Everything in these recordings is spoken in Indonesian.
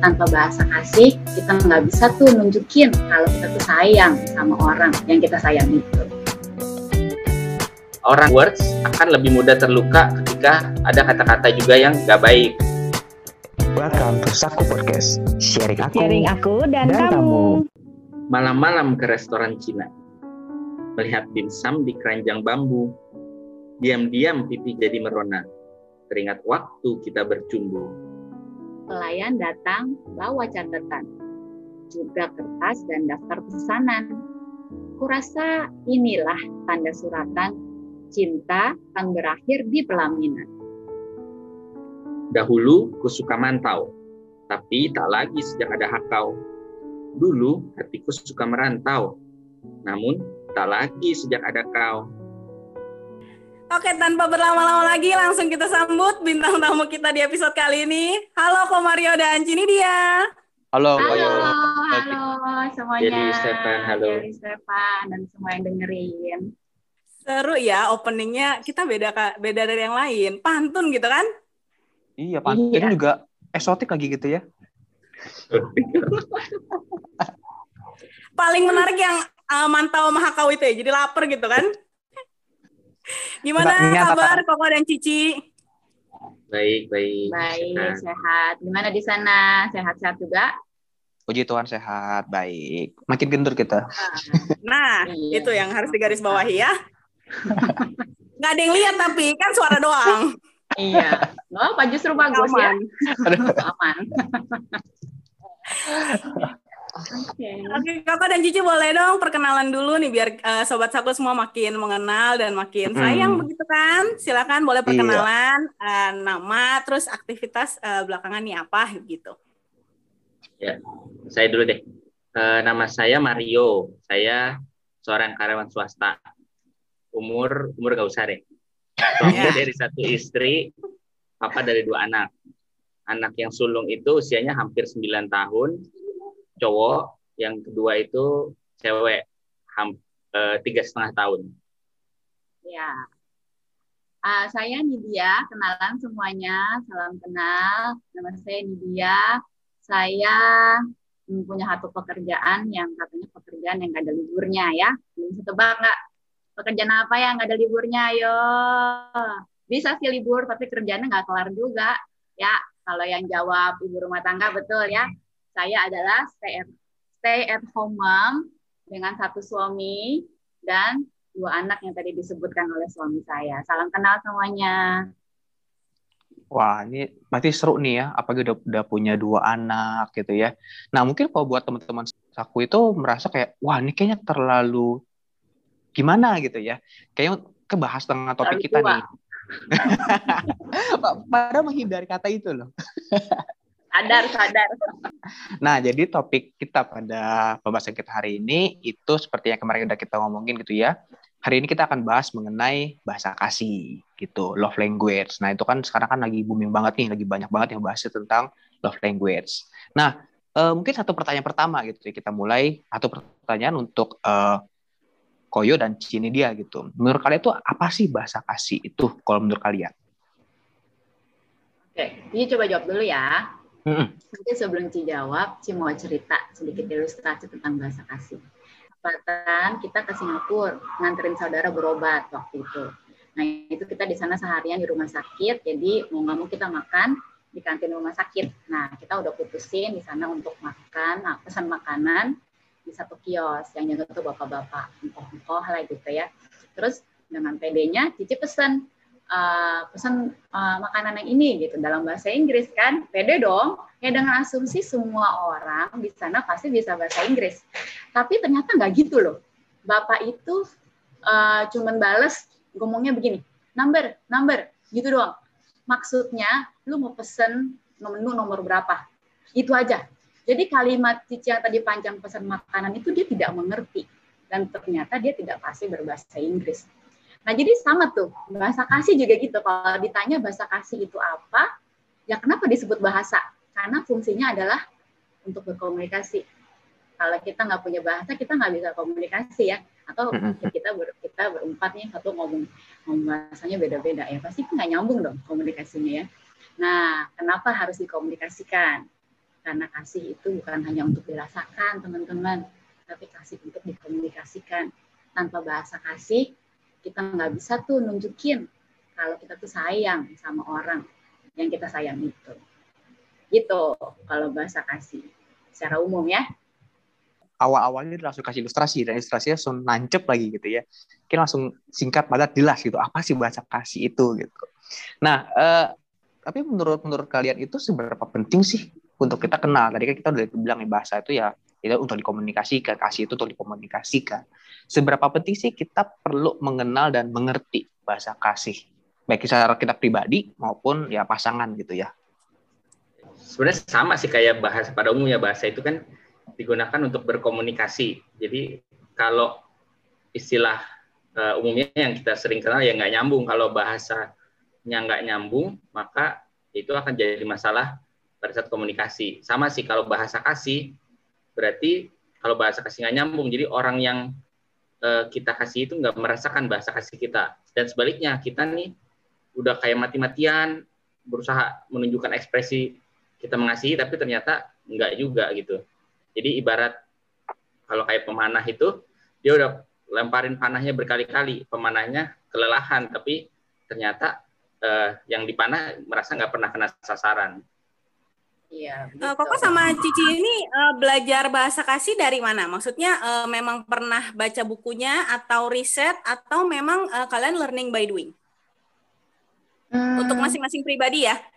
tanpa bahasa kasih, kita nggak bisa tuh nunjukin kalau kita tuh sayang sama orang yang kita sayang itu. Orang words akan lebih mudah terluka ketika ada kata-kata juga yang nggak baik. Welcome to Saku Podcast. Sharing aku dan kamu. Malam-malam ke restoran Cina, melihat dimsum di keranjang bambu. Diam-diam pipi jadi merona, teringat waktu kita bercumbu. Pelayan datang bawa catatan, juga kertas dan daftar pesanan. Kurasa inilah tanda suratan cinta akan berakhir di pelaminan. Dahulu ku suka mantau, tapi tak lagi sejak ada hakau. Dulu hatiku suka merantau, namun tak lagi sejak ada kau. Oke, tanpa berlama-lama lagi langsung kita sambut bintang tamu kita di episode kali ini. Halo Ko Mario dan Cini dia. Halo Semuanya. Jadi Stefan, halo. Jadi Stefan dan semua yang dengerin. Seru ya openingnya, kita beda dari yang lain. Pantun gitu kan? Iya, pantunnya juga eksotik lagi gitu ya. Paling menarik yang mantau mahakau itu ya, jadi lapar gitu kan? Gimana kabar Koko dan Cici? Baik. Sehat. Gimana di sana? Sehat-sehat juga? Puji Tuhan sehat, baik. Makin gendur kita. Nah, itu yang harus digarisbawahi ya. Nggak ada yang lihat tapi kan suara doang. Iya. Nggak apa, justru bagus ya. Aman. Oke, Kakak dan Cici boleh dong perkenalan dulu nih biar Sobat Saku semua makin mengenal dan makin sayang begitu kan. Silakan boleh perkenalan nama terus aktivitas belakangan nih apa gitu. Ya, saya dulu deh. Nama saya Mario. Saya seorang karyawan swasta. Umur gak usah deh. Suami dari satu istri, papa dari 2 anak. Anak yang sulung itu usianya hampir 9 tahun, cowok. Yang kedua itu cewek, 3,5 tahun. Ya. Saya Nidia, kenalan semuanya, salam kenal. Nama saya Nidia. Saya punya satu pekerjaan yang katanya pekerjaan yang gak ada liburnya ya. Bisa tebak nggak? Pekerjaan apa yang nggak ada liburnya? Ayo. Bisa sih libur, tapi kerjaannya nggak kelar juga. Ya, kalau yang jawab ibu rumah tangga betul ya. Saya adalah stay at home mom dengan 1 suami dan 2 anak yang tadi disebutkan oleh suami saya. Salam kenal semuanya. Wah, ini berarti seru nih ya, apalagi udah punya 2 anak gitu ya. Nah, mungkin kalau buat teman-teman Saku itu merasa kayak, wah ini kayaknya terlalu gimana gitu ya. Kayaknya kebahas tengah topik kita nih. Padahal menghindari kata itu loh. Sadar. Nah, jadi topik kita pada pembahasan kita hari ini itu seperti yang kemarin udah kita ngomongin gitu ya. Hari ini kita akan bahas mengenai bahasa kasih gitu, love language. Nah, itu kan sekarang kan lagi booming banget nih, lagi banyak banget yang bahas tentang love language. Nah, mungkin satu pertanyaan pertama gitu ya, kita mulai satu pertanyaan untuk Koyo dan Cini dia gitu. Menurut kalian itu apa sih bahasa kasih itu kalau menurut kalian? Oke, ini coba jawab dulu ya. Nanti sebelum Ci jawab, Ci mau cerita sedikit ilustrasi tentang bahasa kasih. Kesempatan kita ke Singapura nganterin saudara berobat waktu itu. Nah itu kita di sana seharian di rumah sakit, jadi mau nggak mau kita makan di kantin rumah sakit. Nah kita udah putusin di sana untuk makan, pesan makanan di satu kios yang jaga tuh bapak-bapak, engkoh lah gitu ya. Terus dengan PD-nya Cici pesan makanan yang ini gitu dalam bahasa Inggris kan, pede dong. Ya dengan asumsi semua orang di sana pasti bisa bahasa Inggris. Tapi ternyata nggak gitu loh. Bapak itu cuman bales ngomongnya begini, number gitu doang. Maksudnya lu mau pesen menu nomor berapa? Itu aja. Jadi kalimat Cici yang tadi panjang pesan makanan itu dia tidak mengerti. Dan ternyata dia tidak pasti berbahasa Inggris. Nah jadi sama tuh, bahasa kasih juga gitu. Kalau ditanya bahasa kasih itu apa, ya kenapa disebut bahasa? Karena fungsinya adalah untuk berkomunikasi. Kalau kita nggak punya bahasa, kita nggak bisa komunikasi ya. Atau kita berempat nih, satu ngomong bahasanya beda-beda. Ya pasti nggak nyambung dong komunikasinya ya. Nah, kenapa harus dikomunikasikan? Karena kasih itu bukan hanya untuk dirasakan, teman-teman, tapi kasih untuk dikomunikasikan. Tanpa bahasa kasih, kita nggak bisa tuh nunjukin kalau kita tuh sayang sama orang yang kita sayang itu. Gitu kalau bahasa kasih secara umum ya. Awal-awalnya langsung kasih ilustrasi, dan ilustrasinya langsung nancep lagi gitu ya. Mungkin langsung singkat, padat, jelas gitu. Apa sih bahasa kasih itu gitu. Nah, tapi menurut kalian itu seberapa penting sih untuk kita kenal? Tadi kan kita udah bilang nih, bahasa itu ya itu untuk dikomunikasikan, kasih itu untuk dikomunikasikan. Seberapa penting sih kita perlu mengenal dan mengerti bahasa kasih, baik secara kita pribadi maupun ya pasangan gitu ya? Sebenarnya sama sih kayak bahasa pada umumnya, bahasa itu kan digunakan untuk berkomunikasi. Jadi kalau istilah umumnya yang kita sering kenal ya nggak nyambung. Kalau bahasanya nggak nyambung, maka itu akan jadi masalah pada saat komunikasi. Sama sih kalau bahasa kasih, berarti kalau bahasa kasih nggak nyambung, jadi orang yang kita kasih itu nggak merasakan bahasa kasih kita. Dan sebaliknya, kita nih udah kayak mati-matian berusaha menunjukkan ekspresi kita mengasihi, tapi ternyata nggak juga gitu. Jadi ibarat kalau kayak pemanah itu, dia udah lemparin panahnya berkali-kali, pemanahnya kelelahan, tapi ternyata yang dipanah merasa nggak pernah kena sasaran. Iya. Koko sama Cici ini belajar bahasa kasih dari mana? Maksudnya memang pernah baca bukunya atau riset, atau memang kalian learning by doing? Untuk masing-masing pribadi ya?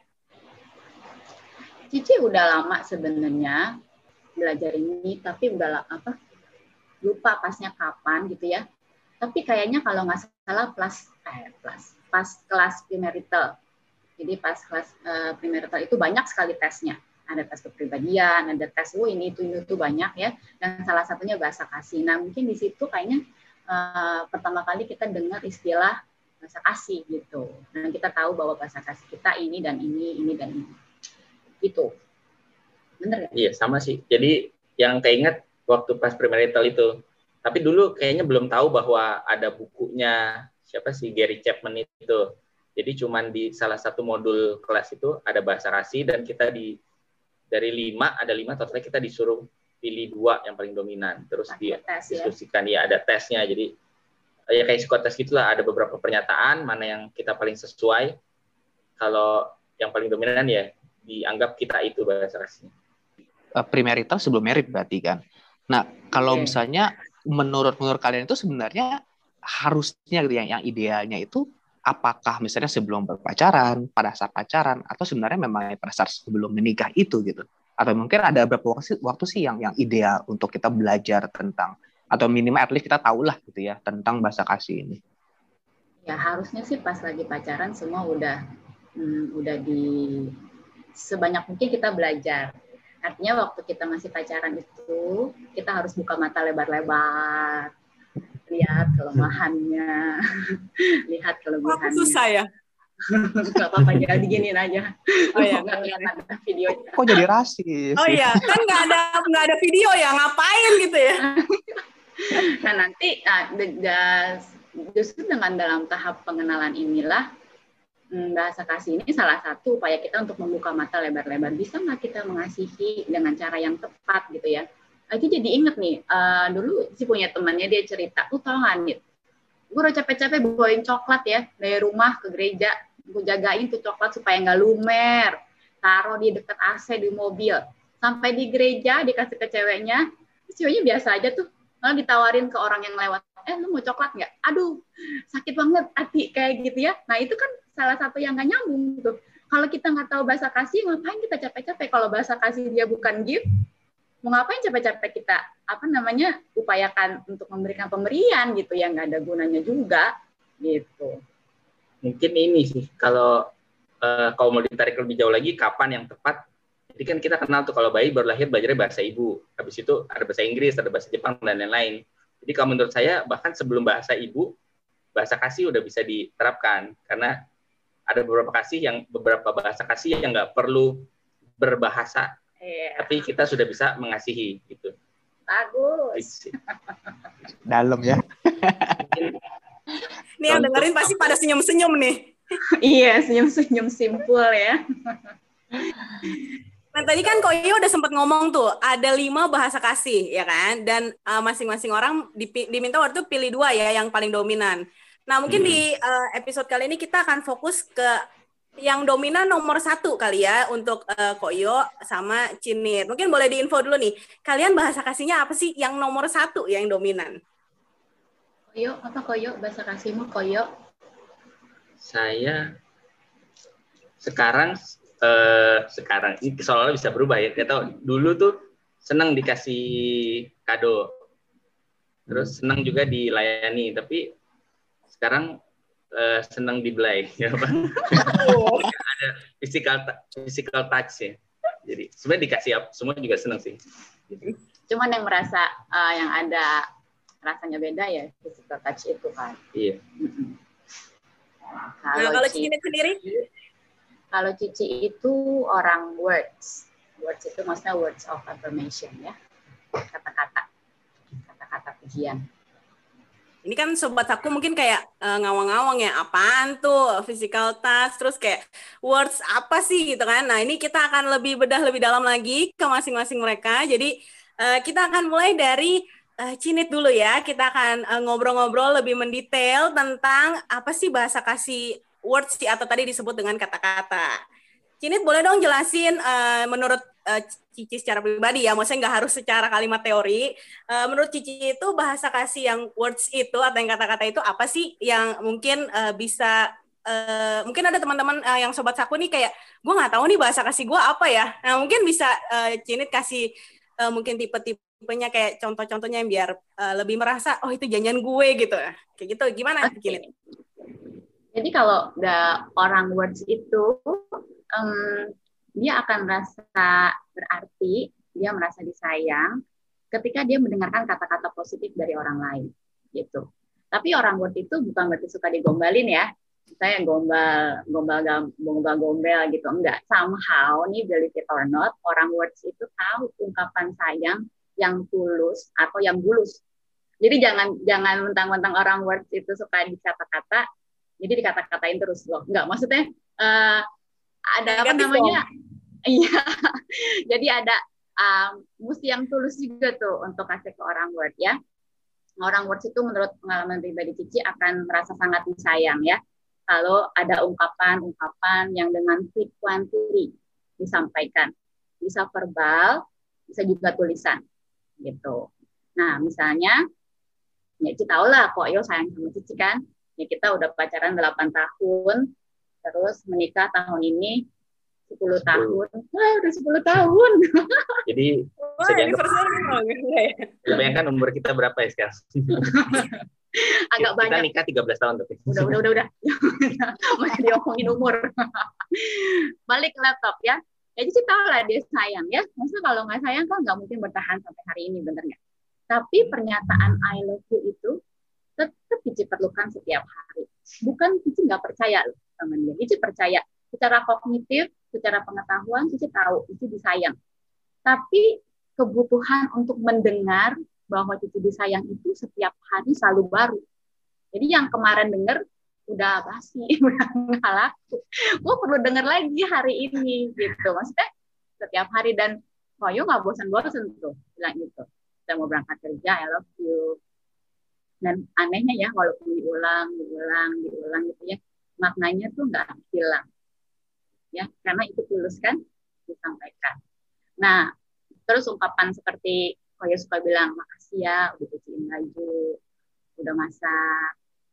Cici udah lama sebenarnya belajar ini, tapi udah lupa pasnya kapan gitu ya. Tapi kayaknya kalau nggak salah pas kelas premarital. Jadi pas kelas premarital itu banyak sekali tesnya. Ada tes kepribadian, ada tes ini itu banyak ya. Dan salah satunya bahasa kasih. Nah mungkin di situ kayaknya pertama kali kita dengar istilah bahasa kasih gitu. Dan kita tahu bahwa bahasa kasih kita ini dan ini dan ini. Gitu. Bener nggak? Iya sama sih. Jadi yang keinget waktu pas premarital itu. Tapi dulu kayaknya belum tahu bahwa ada bukunya siapa sih, Gary Chapman itu. Jadi cuman di salah satu modul kelas itu ada bahasa kasih, dan kita dari 5 totalnya kita disuruh pilih 2 yang paling dominan. Terus diskusikan ya ada tesnya. Jadi ya kayak psikotes gitulah, ada beberapa pernyataan mana yang kita paling sesuai. Kalau yang paling dominan ya dianggap kita itu bahasa kasihnya. Premarital sebelum merit berarti kan. Nah, kalau misalnya menurut kalian itu sebenarnya harusnya gitu yang idealnya itu apakah misalnya sebelum berpacaran, pada saat pacaran, atau sebenarnya memang pada saat sebelum menikah itu gitu? Atau mungkin ada beberapa waktu sih yang ideal untuk kita belajar tentang, atau minimal at least kita tahulah gitu ya tentang bahasa kasih ini? Ya harusnya sih pas lagi pacaran semua udah di sebanyak mungkin kita belajar. Artinya waktu kita masih pacaran itu kita harus buka mata lebar-lebar, lihat kelemahannya, lihat kelebihannya. Susah ya? Gak apa-apa, jadi diginiin aja. Oh ya, nggak kelihatan videonya. Kok jadi rasis? Oh iya, kan nggak ada video ya, ngapain gitu ya? Nah nanti justru dengan dalam tahap pengenalan inilah bahasa kasih ini salah satu upaya kita untuk membuka mata lebar-lebar. Bisa nggak kita mengasihi dengan cara yang tepat gitu ya? Itu jadi inget nih, dulu sih punya temannya dia cerita, tau nggak Nit? Gue udah capek-capek bawain coklat ya dari rumah ke gereja, gue jagain tuh coklat supaya nggak lumer, taruh di dekat AC di mobil, sampai di gereja dikasih ke ceweknya, ceweknya biasa aja tuh, malah ditawarin ke orang yang lewat, lu mau coklat nggak? Aduh, sakit banget hati kayak gitu ya. Nah itu kan salah satu yang nggak nyambung tuh. Kalau kita nggak tahu bahasa kasih, ngapain kita capek-capek? Kalau bahasa kasih dia bukan gift, mau ngapain capek-capek kita upayakan untuk memberikan pemberian gitu yang nggak ada gunanya juga gitu. Mungkin ini sih kalau mau ditarik lebih jauh lagi, kapan yang tepat? Jadi kan kita kenal tuh kalau bayi baru lahir belajarnya bahasa ibu, habis itu ada bahasa Inggris, ada bahasa Jepang dan lain-lain. Jadi kalau menurut saya bahkan sebelum bahasa ibu, bahasa kasih udah bisa diterapkan karena ada beberapa bahasa kasih yang nggak perlu berbahasa. Tapi kita sudah bisa mengasihi gitu. Bagus. Dalam ya. Nih yang dengerin pasti pada senyum-senyum nih. Iya, senyum-senyum simpul ya. Nah, tadi kan Koyo udah sempat ngomong tuh, ada 5 bahasa kasih, ya kan? Dan masing-masing orang diminta waktu itu pilih 2 ya, yang paling dominan. Nah, mungkin di episode kali ini kita akan fokus ke yang dominan nomor 1 kali ya, untuk Koyo sama Cinit. Mungkin boleh diinfo dulu nih, kalian bahasa kasihnya apa sih yang nomor 1 yang dominan? Koyo, apa Koyo? Bahasa kasihmu Koyo? Saya sekarang ini soalnya bisa berubah ya. Kita tahu dulu tuh senang dikasih kado, terus senang juga dilayani, tapi sekarang senang dibelai, ya Pak. Ada physical touch ya. Jadi sebenarnya dikasih semua juga senang sih. Gitu. Cuman yang merasa yang ada rasanya beda ya physical touch itu kan. Iya. Kalau Cici sendiri? Kalau Cici itu orang words. Words itu maksudnya words of affirmation ya. Kata-kata pujian. Ini kan sobat aku mungkin kayak ngawang-ngawang ya, apaan tuh physical touch, terus kayak words apa sih gitu kan. Nah, ini kita akan lebih bedah lebih dalam lagi ke masing-masing mereka. Jadi kita akan mulai dari Cinit dulu ya. Kita akan ngobrol-ngobrol lebih mendetail tentang apa sih bahasa kasih words atau tadi disebut dengan kata-kata. Cinit boleh dong jelasin menurut Cici secara pribadi ya, maksudnya nggak harus secara kalimat teori. Menurut Cici itu bahasa kasih yang words itu atau yang kata-kata itu apa sih yang mungkin bisa mungkin ada teman-teman yang sobat saku nih kayak gue nggak tahu nih bahasa kasih gue apa ya. Nah mungkin bisa Cinit kasih mungkin tipe-tipenya kayak contoh-contohnya yang biar lebih merasa oh itu janjian gue gitu. Kayak gitu gimana Cinit? Jadi kalau orang words itu dia akan merasa berarti, dia merasa disayang ketika dia mendengarkan kata-kata positif dari orang lain, gitu. Tapi orang word itu bukan berarti suka digombalin ya, saya gombal gitu, enggak. Somehow nih, believe it or not, orang words itu tahu ungkapan sayang yang tulus atau yang bulus. Jadi jangan mentang-mentang orang words itu suka dikata-kata, jadi dikata-katain terus loh. Enggak, maksudnya ada apa namanya? Iya. Jadi ada mesti yang tulus juga tuh untuk kasih ke orang word ya. Orang words itu menurut pengalaman pribadi Cici akan merasa sangat disayang ya. Kalau ada ungkapan-ungkapan yang dengan frequently disampaikan. Bisa verbal, bisa juga tulisan gitu. Nah, misalnya ya Cici tahu lah kok yo sayang sama Cici kan. Ya kita udah pacaran 8 tahun, terus menikah tahun ini 10 tahun. Wah, udah 10 tahun. Jadi bisa dianggap kebanyakan umur kita berapa ya sekarang? Agak kita banyak. Kita nikah 13 tahun tapi. Udah. Masih diomongin umur. Balik ke laptop ya. Ya Cici tahu lah dia sayang ya. Maksudnya kalau nggak sayang kan nggak mungkin bertahan sampai hari ini, bener nggak? Tapi pernyataan I love you itu tetap Cici perlukan setiap hari. Bukan Cici nggak percaya loh sama dia. Cici percaya secara kognitif, secara pengetahuan, Cici tahu Cici disayang. Tapi kebutuhan untuk mendengar bahwa Cici disayang itu setiap hari selalu baru. Jadi yang kemarin dengar udah basi, udah nggak laku. Gue perlu dengar lagi hari ini gitu. Maksudnya setiap hari, dan Koyo nggak bosan-bosan tuh bilang gitu. Saya mau berangkat kerja, I love you. Dan anehnya ya, walaupun diulang gitu ya, maknanya tuh nggak hilang. Ya, karena itu tulus kan disampaikan. Nah, terus ungkapan seperti Koyo suka bilang, makasih ya, udah cuciin baju, udah masak,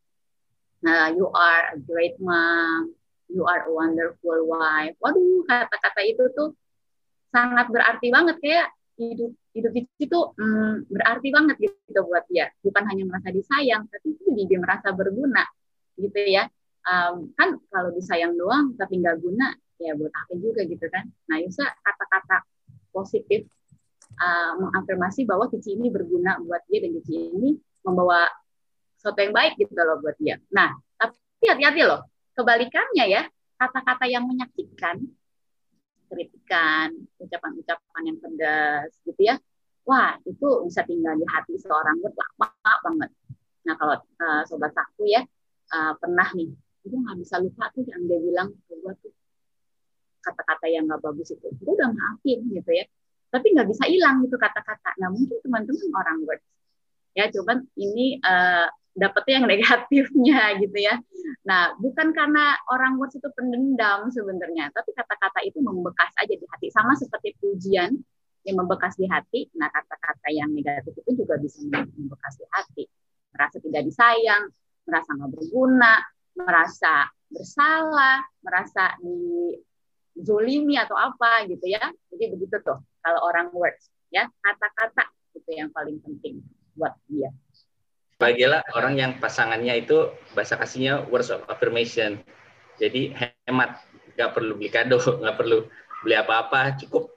you are a great mom, you are a wonderful wife. Waduh, kata-kata itu tuh sangat berarti banget, kayak hidup itu berarti banget gitu buat dia. Bukan hanya merasa disayang, tapi dia merasa berguna gitu ya. Kan kalau disayang doang tapi nggak guna, ya buat apa juga gitu kan. Nah, Yusa kata-kata positif mengafirmasi bahwa Cici ini berguna buat dia dan Cici ini membawa sesuatu yang baik gitu loh buat dia. Nah, tapi hati-hati loh, kebalikannya ya, kata-kata yang menyakitkan, kritikan, ucapan-ucapan yang pedas gitu ya, wah itu bisa tinggal di hati seorang lama banget. Nah, kalau sobat saku ya pernah nih, itu nggak bisa lupa tuh yang dia bilang ke gue tuh, kata-kata kata-kata yang nggak bagus itu, gue udah maafin gitu ya. Tapi nggak bisa hilang gitu kata-kata. Nah mungkin teman-teman orang words ya, cuman ini dapetnya yang negatifnya gitu ya. Nah bukan karena orang words itu pendendam sebenarnya, tapi kata-kata itu membekas aja di hati. Sama seperti pujian yang membekas di hati. Nah kata-kata yang negatif itu juga bisa membekas di hati. Merasa tidak disayang, merasa nggak berguna, merasa bersalah, merasa dizolimi atau apa gitu ya. Jadi begitu tuh kalau orang words ya, kata-kata itu yang paling penting buat dia. Bagilah orang yang pasangannya itu bahasa kasihnya words of affirmation. Jadi hemat, nggak perlu beli kado, nggak perlu beli apa-apa, cukup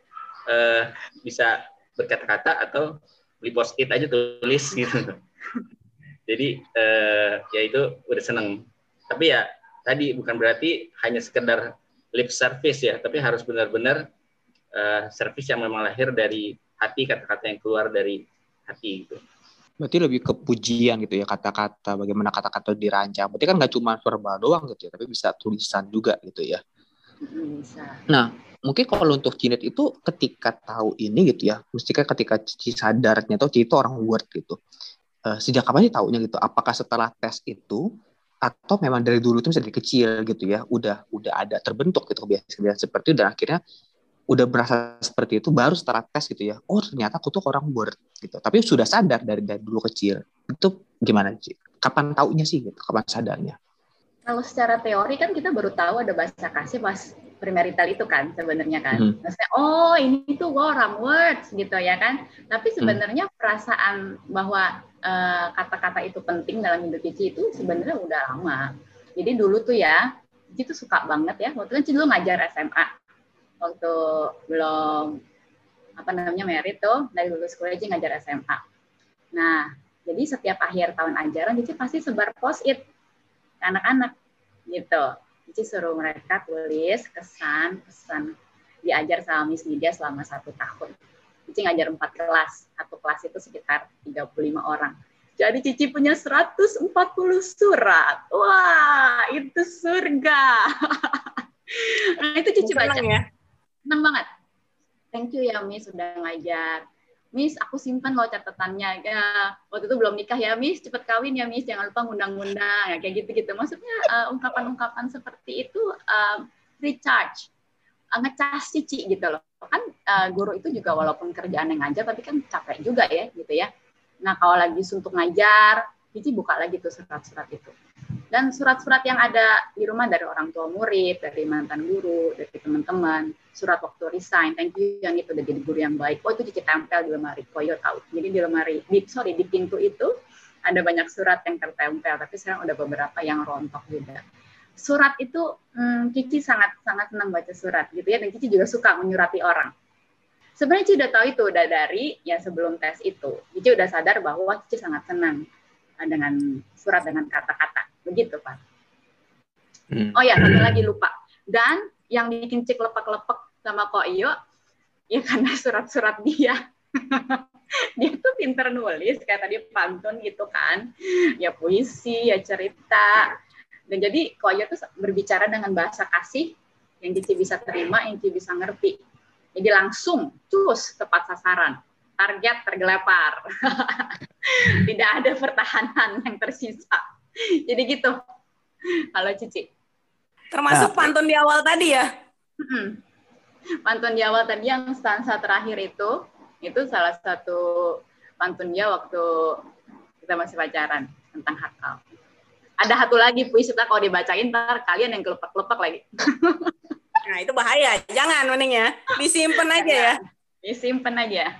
bisa berkata-kata atau beli post-it aja tulis gitu. Jadi ya itu udah seneng. Tapi ya tadi bukan berarti hanya sekedar lip service ya, tapi harus benar-benar service yang memang lahir dari hati, kata-kata yang keluar dari hati gitu. Berarti lebih ke pujian gitu ya, kata-kata, bagaimana kata-kata dirancang. Berarti kan nggak cuma verbal doang gitu ya, tapi bisa tulisan juga gitu ya. Bisa. Nah, mungkin kalau untuk Cinet itu ketika tahu ini gitu ya, mesti ketika Cici sadarnya atau Cici itu orang word gitu. Sejak kapan sih taunya gitu? Apakah setelah tes itu atau memang dari dulu itu misalnya dari kecil gitu ya, udah ada terbentuk gitu kebiasaan seperti itu dan akhirnya udah berasa seperti itu baru setelah tes gitu ya. Oh, ternyata aku tuh orang word gitu. Tapi sudah sadar dari dulu kecil. Itu gimana sih? Kapan taunya sih gitu? Kapan sadarnya? Kalau secara teori kan kita baru tahu ada bahasa kasih pas premarital itu kan sebenarnya kan. Maksudnya, oh ini tuh orang words gitu ya kan. Tapi sebenarnya perasaan bahwa kata-kata itu penting dalam hidup Cici itu sebenarnya udah lama. Jadi dulu tuh ya, Cici tuh suka banget ya. Waktu kan Cici dulu ngajar SMA. Waktu belum merit tuh, dari lulus kuliah Cici ngajar SMA. Nah, jadi setiap akhir tahun ajaran Cici pasti sebar post-it anak-anak gitu. Cici suruh mereka tulis kesan diajar sama Miss Nidia selama 1 tahun. Cici ngajar 4 kelas, satu kelas itu sekitar 35 orang. Jadi Cici punya 140 surat. Wah, itu surga. Nah, itu Cici baca. Ya? Senang banget. Thank you ya Miss sudah ngajar. Miss, aku simpan loh catatannya. Ya, waktu itu belum nikah ya, Miss. Cepet kawin ya, Miss. Jangan lupa ngundang-ngundang. Ya, kayak gitu-gitu. Maksudnya ungkapan-ungkapan seperti itu recharge, ngecas Cici gitu loh. Kan guru itu juga walaupun kerjaan yang ngajar, tapi kan capek juga ya, gitu ya. Nah, kalau lagi suntuk ngajar, Cici buka lagi tuh surat-surat itu. Dan surat-surat yang ada di rumah dari orang tua murid, dari mantan guru, dari teman-teman, surat waktu resign, thank you yang itu udah jadi guru yang baik. Oh itu Cici tempel di lemari, Koyo tahu. Jadi di lemari, di pintu itu ada banyak surat yang tertempel, tapi sekarang udah beberapa yang rontok juga. Surat itu Cici sangat senang baca surat gitu ya, dan Cici juga suka menyurati orang. Sebenarnya Cici udah tahu itu udah dari ya sebelum tes itu. Cici udah sadar bahwa Cici sangat senang dengan surat dengan kata-kata. Begitu, Pak. Oh ya, satu lagi lupa. Dan yang bikin Cik lepek-lepek sama Ko Iyo, ya karena surat-surat dia. Dia tuh pinter nulis, kayak tadi pantun gitu kan. Ya puisi, ya cerita. Dan jadi Ko Iyo tuh berbicara dengan bahasa kasih, yang Cici bisa terima, yang Cici bisa ngerti. Jadi langsung, cus, tepat sasaran. Target tergelepar. Tidak ada pertahanan yang tersisa. Jadi gitu. Kalau Cici. Termasuk pantun di awal tadi ya? Pantun di awal tadi yang stansa terakhir itu salah satu pantun dia waktu kita masih pacaran tentang hakal. Ada satu lagi puisi kalau dibacain ntar kalian yang kelepek-kelepek lagi. Nah itu bahaya. Jangan mending ya. Disimpan aja ya. Disimpan aja.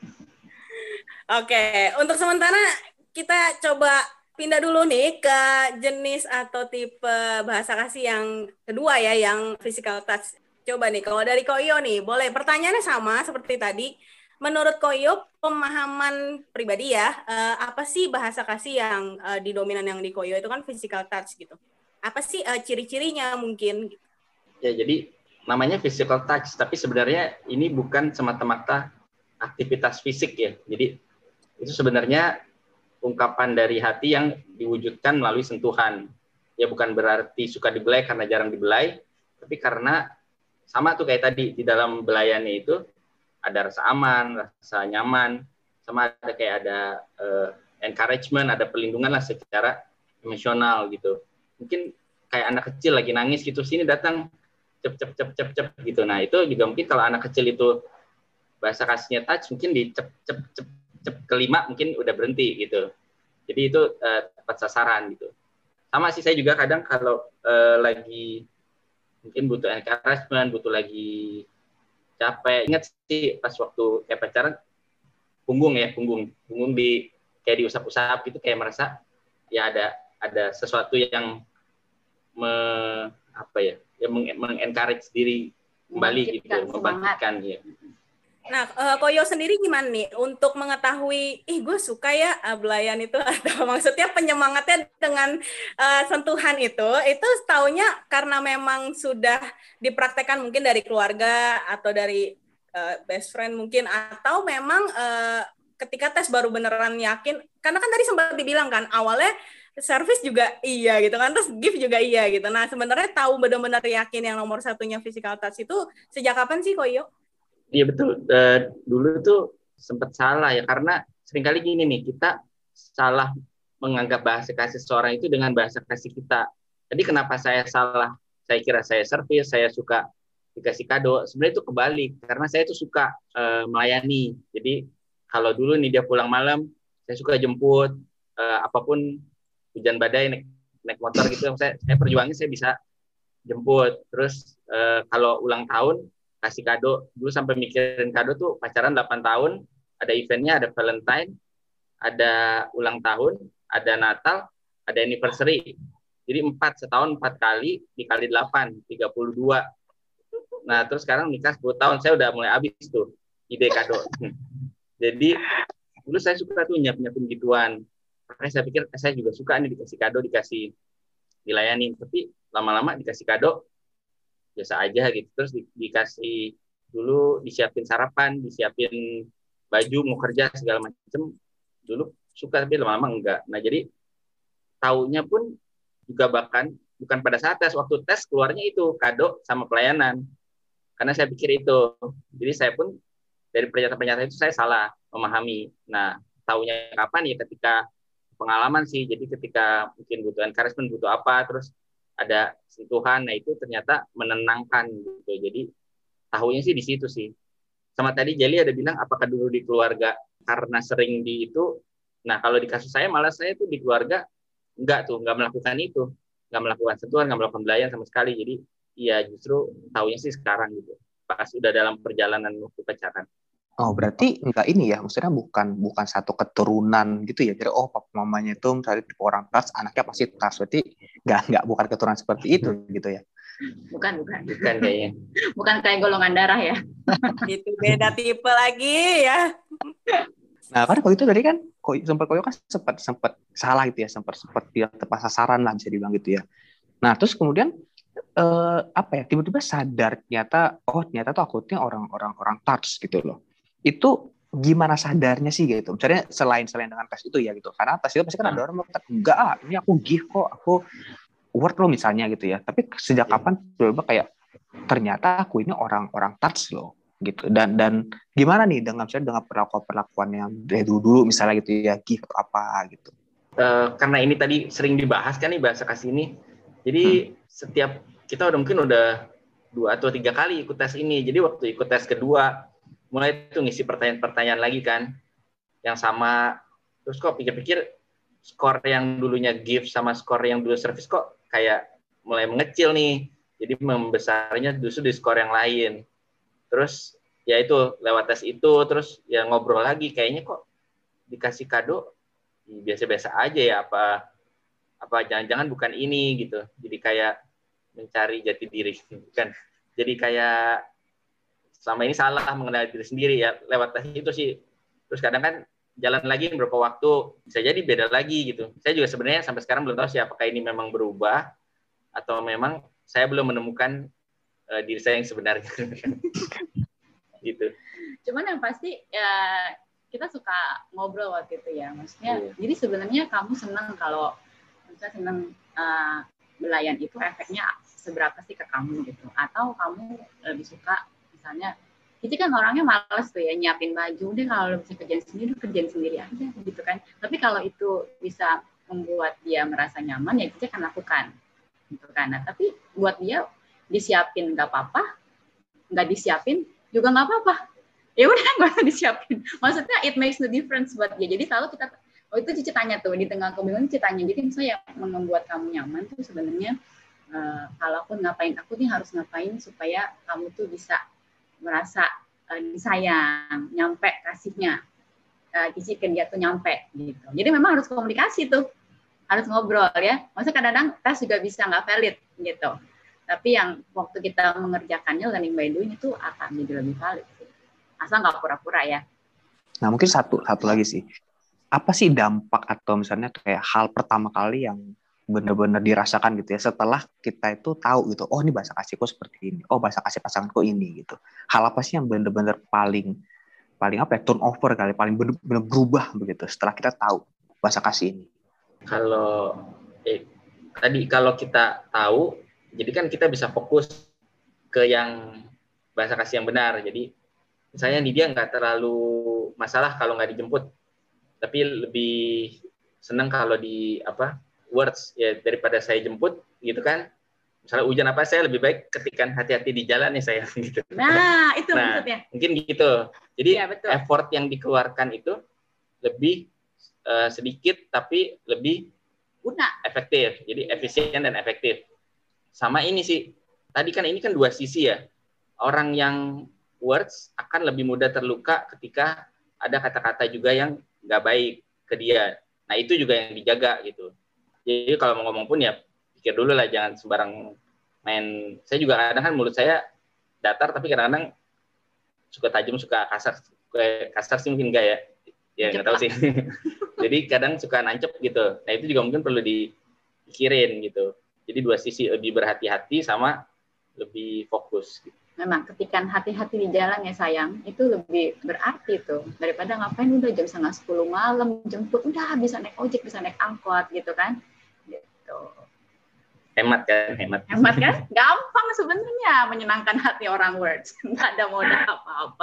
Oke, untuk sementara kita coba pindah dulu nih ke jenis atau tipe bahasa kasih yang kedua ya, yang physical touch. Coba nih, kalau dari Ko Iyo nih, boleh pertanyaannya sama seperti tadi. Menurut Ko Iyo, pemahaman pribadi ya, apa sih bahasa kasih yang di dominan yang di Ko Iyo itu kan physical touch gitu. Apa sih ciri-cirinya mungkin? Ya, jadi namanya physical touch, tapi sebenarnya ini bukan semata-mata aktivitas fisik ya. Jadi itu sebenarnya ungkapan dari hati yang diwujudkan melalui sentuhan. Ya bukan berarti suka dibelai karena jarang dibelai, tapi karena sama tuh kayak tadi di dalam belayannya itu ada rasa aman, rasa nyaman, sama ada kayak ada encouragement, ada perlindungan lah secara emosional gitu. Mungkin kayak anak kecil lagi nangis gitu, sini datang cep gitu. Nah itu juga mungkin kalau anak kecil itu bahasa kasihnya touch, mungkin di cep kelima mungkin udah berhenti gitu. Jadi itu tepat sasaran gitu. Sama sih saya juga kadang kalau lagi mungkin butuh encouragement, butuh lagi capek. Ingat sih pas waktu kayak pacaran, punggung di kayak diusap-usap gitu, kayak merasa ya ada sesuatu yang mengencourage diri kembali gitu, membangkitkan ya. Nah, Koyo sendiri gimana nih untuk mengetahui, gue suka ya belayan itu, atau maksudnya penyemangatnya dengan sentuhan itu taunya karena memang sudah dipraktekkan mungkin dari keluarga atau dari best friend mungkin, atau memang ketika tes baru beneran yakin, karena kan tadi sempat dibilang kan awalnya service juga iya gitu kan, terus gift juga iya gitu. Nah sebenarnya tahu benar-benar yakin yang nomor satunya physical touch itu sejak kapan sih Koyo? Iya betul. Dulu tuh sempat salah ya, karena seringkali gini nih, kita salah menganggap bahasa kasih seseorang itu dengan bahasa kasih kita. Jadi kenapa saya salah? Saya kira saya servis, saya suka dikasih kado. Sebenarnya itu kebalik, karena saya tuh suka melayani. Jadi kalau dulu nih dia pulang malam, saya suka jemput, apapun hujan badai naik motor gitu, saya perjuangin, saya bisa jemput. Terus kalau ulang tahun kasih kado, dulu sampai mikirin kado tuh pacaran 8 tahun, ada eventnya, ada Valentine, ada ulang tahun, ada Natal, ada anniversary. Jadi 4 setahun 4 kali dikali 8, 32. Nah, terus sekarang nikah 10 tahun, saya udah mulai habis tuh ide kado. Jadi dulu saya suka tuh nyiapin gituan. Makanya saya pikir saya juga suka nih dikasih kado, dikasih dilayani. Tapi lama-lama dikasih kado biasa aja gitu. Terus dikasih dulu, disiapin sarapan, disiapin baju, mau kerja segala macam. Dulu suka, tapi lama-lama enggak. Nah jadi taunya pun juga bahkan bukan pada saat tes, waktu tes keluarnya itu kado sama pelayanan. Karena saya pikir itu. Jadi saya pun dari pernyataan-pernyataan itu saya salah memahami. Nah taunya kapan ya, ketika pengalaman sih. Jadi ketika mungkin butuh encouragement, butuh apa, terus ada sentuhan, nah itu ternyata menenangkan gitu. Jadi tahunya sih di situ sih. Sama tadi Jeli ada bilang apakah dulu di keluarga karena sering di itu. Nah kalau di kasus saya malah saya tuh di keluarga enggak melakukan itu, enggak melakukan sentuhan, enggak melakukan belayan sama sekali. Jadi ya justru tahunya sih sekarang gitu, pas udah dalam perjalanan waktu pacaran. Oh, berarti enggak ini ya, maksudnya bukan satu keturunan gitu ya. Jadi papa mamanya itu misalnya orang tas, anaknya pasti tas. Berarti bukan keturunan seperti itu gitu ya. Bukan kayaknya. Bukan kayak golongan darah ya. Itu beda tipe lagi ya. Nah, kan kalau itu tadi kan sempat Koyo kan sempat salah gitu ya, sempat dia tepat sasaran lah bisa dibilang gitu ya. Nah, terus kemudian tiba-tiba sadar ternyata tuh aku tuh orang touch gitu loh. Itu gimana sadarnya sih gitu? Misalnya selain dengan tes itu ya gitu. Karena tes itu pasti kan ada orang mengatakan enggak, ini aku give kok, aku worth lo misalnya gitu ya. Tapi sejak kapan tiba-tiba kayak ternyata aku ini orang touch loh gitu. Dan gimana nih dengan perlakuan yang dari dulu misalnya gitu ya, give atau apa gitu. Karena ini tadi sering dibahas kan nih bahasa kasih ini. Jadi setiap kita mungkin udah 2 atau 3 kali ikut tes ini. Jadi waktu ikut tes kedua mulai tuh ngisi pertanyaan-pertanyaan lagi kan, yang sama. Terus kok pikir-pikir skor yang dulunya give sama skor yang dulu service kok kayak mulai mengecil nih. Jadi membesarnya justru di skor yang lain. Terus ya itu lewat tes itu, terus ya ngobrol lagi, kayaknya kok dikasih kado biasa-biasa aja ya, apa jangan-jangan bukan ini gitu. Jadi kayak mencari jati diri kan. Jadi kayak selama ini salah mengenali diri sendiri ya lewat tes itu sih. Terus kadang kan jalan lagi beberapa waktu bisa jadi beda lagi gitu. Saya juga sebenarnya sampai sekarang belum tahu sih apakah ini memang berubah atau memang saya belum menemukan diri saya yang sebenarnya. Gitu. Cuman yang pasti ya kita suka ngobrol waktu itu ya, maksudnya. Jadi sebenarnya kamu senang kalau misalnya belayan itu efeknya seberapa sih ke kamu gitu. Atau kamu lebih suka misalnya, Cici kan orangnya males tuh ya nyiapin baju, deh kalau bisa kerjain sendiri aja gitu kan. Tapi kalau itu bisa membuat dia merasa nyaman, ya Cici akan lakukan gitu kan. Nah, tapi buat dia disiapin nggak apa-apa, nggak disiapin juga nggak apa-apa. Ya udah nggak usah disiapin. Maksudnya it makes the difference buat dia. Jadi selalu kita, itu Cici tanya tuh di tengah kebingungan, Cici tanya. Jadi misalnya yang membuat kamu nyaman tuh sebenarnya kalaupun ngapain, aku nih harus ngapain supaya kamu tuh bisa merasa disayang, nyampe kasihnya, Cici ke dia tuh nyampe gitu. Jadi memang harus komunikasi tuh, harus ngobrol ya. Maksudnya kadang-kadang tes juga bisa nggak valid gitu. Tapi yang waktu kita mengerjakannya learning by doing itu akan jadi lebih valid. Asal nggak pura-pura ya. Nah mungkin satu lagi sih. Apa sih dampak atau misalnya kayak hal pertama kali yang benar-benar dirasakan gitu ya setelah kita itu tahu gitu, oh ini bahasa kasihku seperti ini, oh bahasa kasih pasanganku ini gitu. Hal apa sih yang benar-benar paling apa ya, turnover kali, paling benar-benar berubah begitu setelah kita tahu bahasa kasih ini? Kalau tadi kalau kita tahu, jadi kan kita bisa fokus ke yang bahasa kasih yang benar. Jadi misalnya dia nggak terlalu masalah kalau nggak dijemput, tapi lebih senang kalau di words ya daripada saya jemput gitu kan. Misalnya hujan apa, saya lebih baik ketikan hati-hati di jalan ya saya gitu. Nah, itu maksudnya. Mungkin gitu. Jadi ya, effort yang dikeluarkan itu lebih sedikit tapi lebih efektif. Jadi efisien dan efektif. Sama ini sih. Tadi kan ini kan dua sisi ya. Orang yang words akan lebih mudah terluka ketika ada kata-kata juga yang nggak baik ke dia. Nah, itu juga yang dijaga gitu. Jadi kalau mau ngomong pun ya pikir dulu lah, jangan sembarang main. Saya juga kadang kan mulut saya datar, tapi kadang-kadang suka tajam, suka kasar. Kasar sih mungkin enggak ya. Ya nggak tahu sih. Jadi kadang suka nancep gitu. Nah itu juga mungkin perlu dipikirin gitu. Jadi dua sisi, lebih berhati-hati sama lebih fokus gitu. Memang ketikan hati-hati di jalan ya sayang, itu lebih berarti tuh daripada ngapain udah jam 9:30 malam jemput, udah bisa naik ojek, bisa naik angkot gitu kan. Gitu. Hemat kan? Gampang sebenarnya menyenangkan hati orang words. Nggak ada modal apa-apa.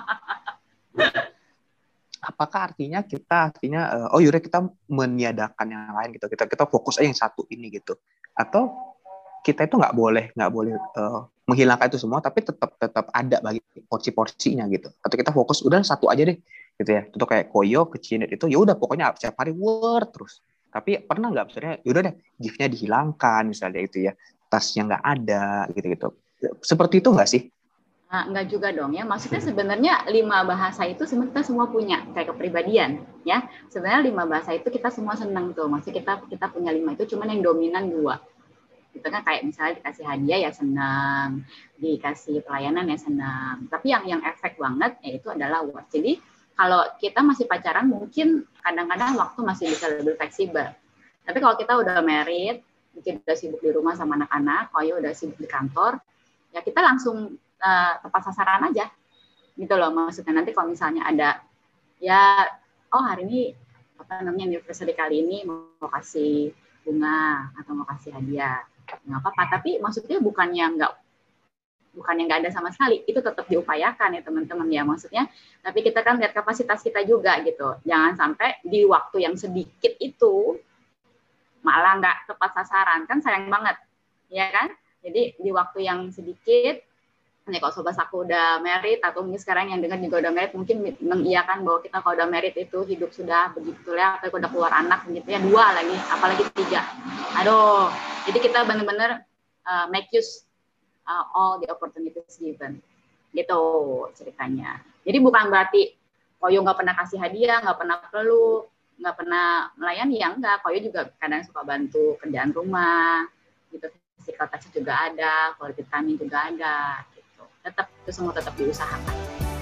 Apakah artinya kita kita meniadakan yang lain gitu. Kita fokus aja yang satu ini gitu. Atau kita itu nggak boleh menghilangkan itu semua, tapi tetap ada bagi porsi-porsinya gitu. Atau kita fokus udah satu aja deh gitu ya. Itu kayak Koyo ke Cinet itu ya udah pokoknya setiap hari word terus. Tapi pernah nggak misalnya yaudah deh gift-nya dihilangkan misalnya itu ya, tasnya nggak ada gitu-gitu. Seperti itu nggak sih? Nah, nggak juga dong ya. Maksudnya sebenarnya 5 bahasa itu kita semua punya kayak kepribadian ya. Sebenarnya 5 bahasa itu kita semua senang tuh. Maksudnya kita punya 5 itu, cuman yang dominan 2. Gitu kan, kayak misalnya dikasih hadiah ya senang, dikasih pelayanan ya senang. Tapi yang efek banget yaitu adalah words. Jadi kalau kita masih pacaran mungkin kadang-kadang waktu masih bisa lebih fleksibel. Tapi kalau kita udah married, mungkin udah sibuk di rumah sama anak-anak, Koyo udah sibuk di kantor, ya kita langsung tepat sasaran aja. Gitu loh maksudnya. Nanti kalau misalnya ada ya hari ini anniversary kali ini mau kasih bunga atau mau kasih hadiah, nggak apa-apa. Tapi maksudnya bukannya nggak ada sama sekali, itu tetap diupayakan ya teman-teman ya maksudnya. Tapi kita kan lihat kapasitas kita juga gitu. Jangan sampai di waktu yang sedikit itu malah nggak tepat sasaran, kan sayang banget, ya kan? Jadi di waktu yang sedikit, ya kalau sobat aku udah married atau mungkin sekarang yang dengar juga udah married, mungkin mengiyakan bahwa kita kalau udah married itu hidup sudah begitu ya, atau udah keluar anak gitu ya, 2 lagi, apalagi 3. Aduh, jadi kita benar-benar make use all the opportunities given, gitu ceritanya. Jadi bukan berarti Koyo nggak pernah kasih hadiah, nggak pernah peluk, nggak pernah melayani, ya enggak. Koyo juga kadang suka bantu kerjaan rumah, gitu. Physical touch juga ada, quality time juga ada. Tetap itu semua tetap diusahakan.